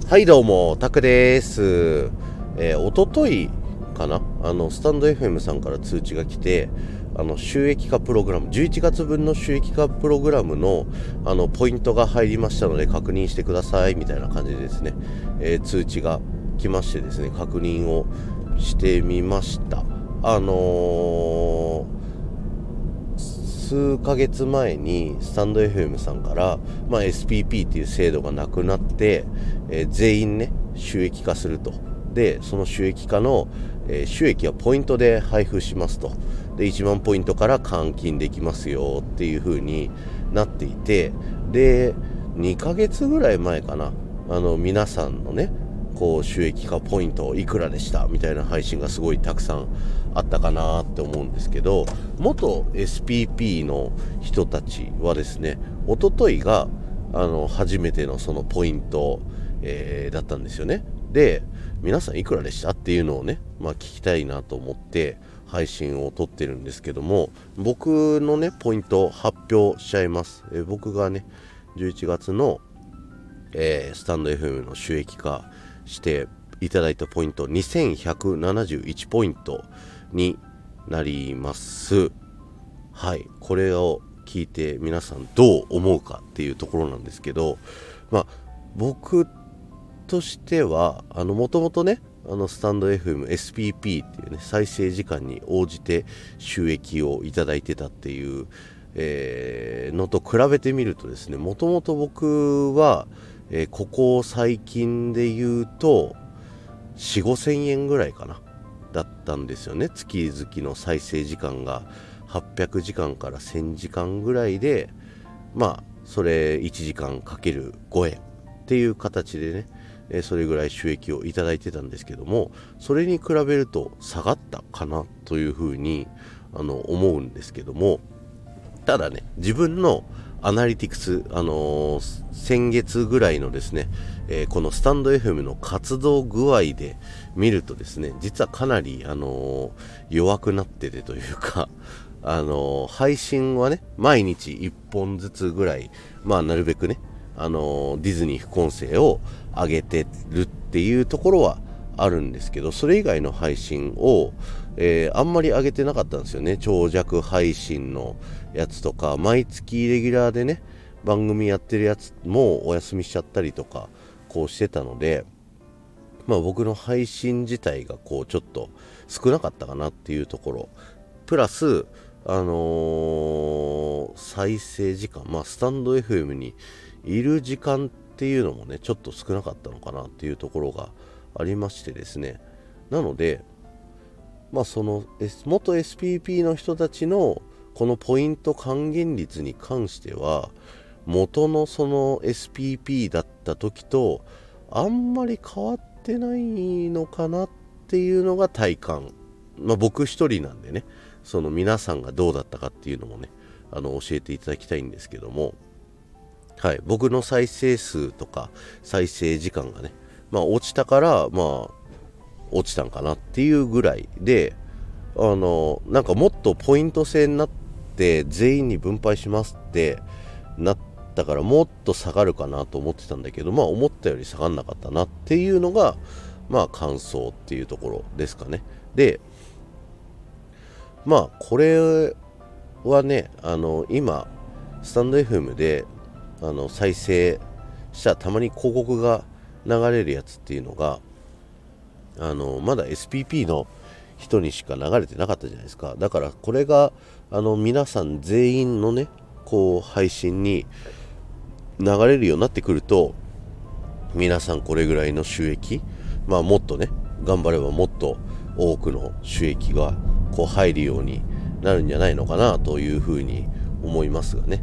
はいどうも、タクです。おとといかな、スタンド FM さんから通知が来て、収益化プログラム、11月分の収益化プログラムの、ポイントが入りましたので確認してくださいみたいな感じでですね、通知が来ましてですね、確認をしてみました。数ヶ月前にスタンド FM さんから、SPP っていう制度がなくなって、全員ね収益化すると。でその収益化の、収益はポイントで配布しますと。で1万ポイントから換金できますよっていう風になっていて、で2ヶ月ぐらい前かな、皆さんのねこう収益化ポイントいくらでしたみたいな配信がすごいたくさんあったかなって思うんですけど、元 SPP の人たちはですね、一昨日が初めてのそのポイント、だったんですよね。で皆さんいくらでしたっていうのをね、聞きたいなと思って配信を撮ってるんですけども、僕のねポイント発表しちゃいます。僕がね11月の、スタンド FM の収益化していただいたポイント2171ポイントになります。はい、これを聞いて皆さんどう思うかっていうところなんですけど、僕としてはもともとねスタンド FM SPP っていうね再生時間に応じて収益をいただいてたっていう、のと比べてみるとですね、もともと僕は、ここ最近で言うと4、5千円ぐらいかなだったんですよね。月々の再生時間が800時間から1000時間ぐらいで、それ1時間かける5円っていう形でね、それぐらい収益をいただいてたんですけども、それに比べると下がったかなというふうに思うんですけども、ただね自分のアナリティクス、先月ぐらいのですね、このスタンド FM の活動具合で見るとですね、実はかなり、弱くなっててというか、配信はね毎日1本ずつぐらい、なるべくね、ディズニー副音声を上げてるっていうところはあるんですけど、それ以外の配信を、あんまり上げてなかったんですよね。長尺配信のやつとか、毎月レギュラーでね番組やってるやつもお休みしちゃったりとかこうしてたので、僕の配信自体がこうちょっと少なかったかなっていうところプラス再生時間、スタンド FM にいる時間っていうのもねちょっと少なかったのかなっていうところがありましてですね。なのでその元 SPP の人たちのこのポイント還元率に関しては、元のその SPP だった時とあんまり変わってないのかなっていうのが体感。僕一人なんでね、その皆さんがどうだったかっていうのもね教えていただきたいんですけども、はい、僕の再生数とか再生時間がね落ちたから落ちたんかなっていうぐらいで、なんかもっとポイント制になって全員に分配しますってなったからもっと下がるかなと思ってたんだけど、思ったより下がんなかったなっていうのが感想っていうところですかね。でこれはね今スタンド FM で再生したらたまに広告が流れるやつっていうのがまだ SPP の人にしか流れてなかったじゃないですか。だからこれが皆さん全員のねこう配信に流れるようになってくると、皆さんこれぐらいの収益、もっとね頑張ればもっと多くの収益がこう入るようになるんじゃないのかなというふうに思いますがね。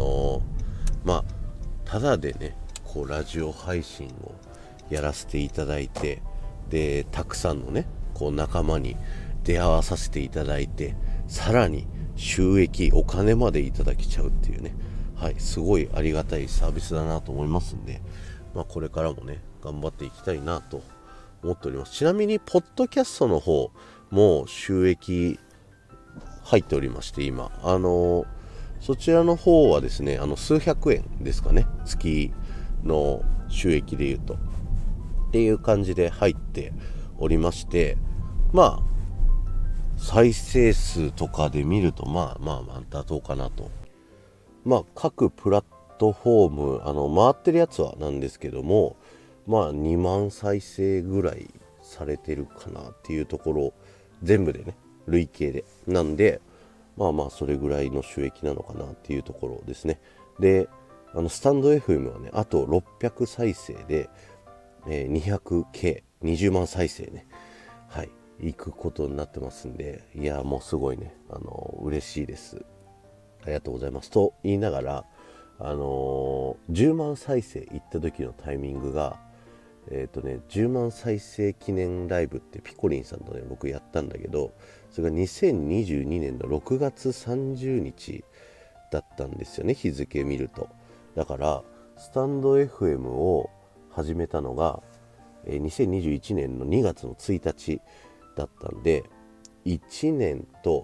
ただでねこうラジオ配信をやらせていただいて、でたくさんのねこう仲間に出会わさせていただいて、さらに収益お金までいただけちゃうっていうね、はい、すごいありがたいサービスだなと思いますんで、これからもね頑張っていきたいなと思っております。ちなみにポッドキャストの方も収益入っておりまして、今そちらの方はですね数百円ですかね、月の収益でいうと。 っていう感じで入っておりまして、まあ再生数とかで見るとまあ妥当かなと。各プラットフォーム回ってるやつはなんですけども、2万再生ぐらいされてるかなっていうところ、全部でね、累計でなんで、それぐらいの収益なのかなっていうところですね。で、スタンド FM はね、あと600再生で、200K、20万再生ね、はい、行くことになってますんで、いやもうすごいね、嬉しいです。ありがとうございますと言いながら、10万再生行った時のタイミングが、10万再生記念ライブってピコリンさんとね僕やったんだけど、それが2022年の6月30日だったんですよね、日付見ると。だからスタンド FM を始めたのが2021年の2月の1日だったんで、1年と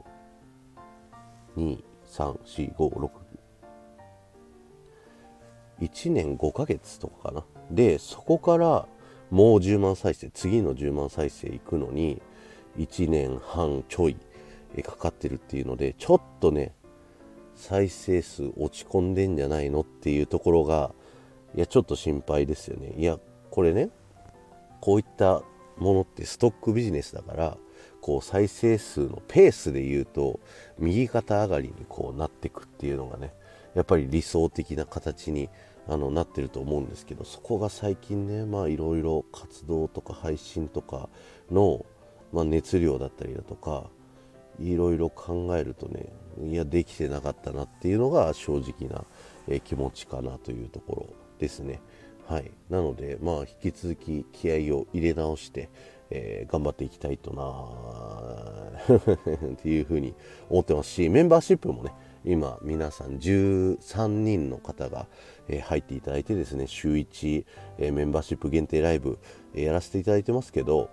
23456 1年5ヶ月とかかな。でそこからもう10万再生、次の10万再生いくのに1年半ちょいかかってるっていうので、ちょっとね再生数落ち込んでんじゃないのっていうところが、いやちょっと心配ですよね。いやこれね、こういったものってストックビジネスだから、こう再生数のペースで言うと右肩上がりにこうなってくっていうのがね、やっぱり理想的な形になってると思うんですけど、そこが最近ね、いろいろ活動とか配信とかの、熱量だったりだとかいろいろ考えるとね、いやできてなかったなっていうのが正直な、気持ちかなというところですね。はい、なので引き続き気合を入れ直して、頑張っていきたいとなっていうふうに思ってますし、メンバーシップもね今皆さん13人の方が、入っていただいてですね、週1、メンバーシップ限定ライブ、やらせていただいてますけど、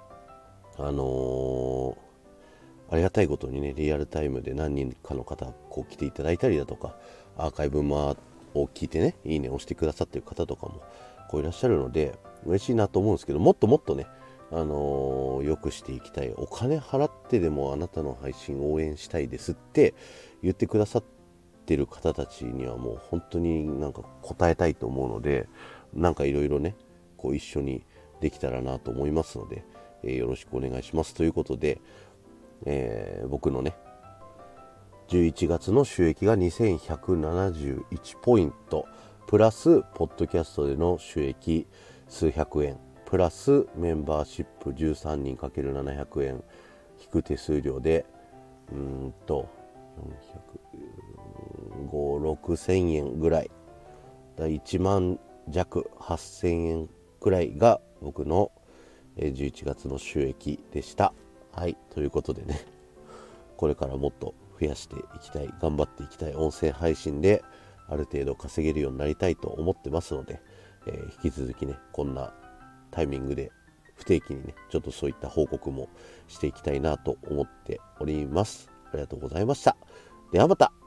ありがたいことにね、リアルタイムで何人かの方こう来ていただいたりだとか、アーカイブを聞いてね、いいね押してくださってる方とかもこういらっしゃるので嬉しいなと思うんですけど、もっともっとね、良くしていきたい、お金払ってでもあなたの配信応援したいですって言ってくださってる方たちにはもう本当になんか答えたいと思うので、なんかいろいろねこう一緒にできたらなと思いますので、よろしくお願いしますということで、僕のね11月の収益が2171ポイントプラスポッドキャストでの収益数百円プラスメンバーシップ13人 ×700 円引く手数料で400,5,6,000円ぐらいだ、1万弱8,000円くらいが僕の11月の収益でした。はい、ということでね、これからもっと増やしていきたい、頑張っていきたい、音声配信である程度稼げるようになりたいと思ってますので、引き続きねこんなタイミングで不定期にねちょっとそういった報告もしていきたいなと思っております。ありがとうございました。ではまた。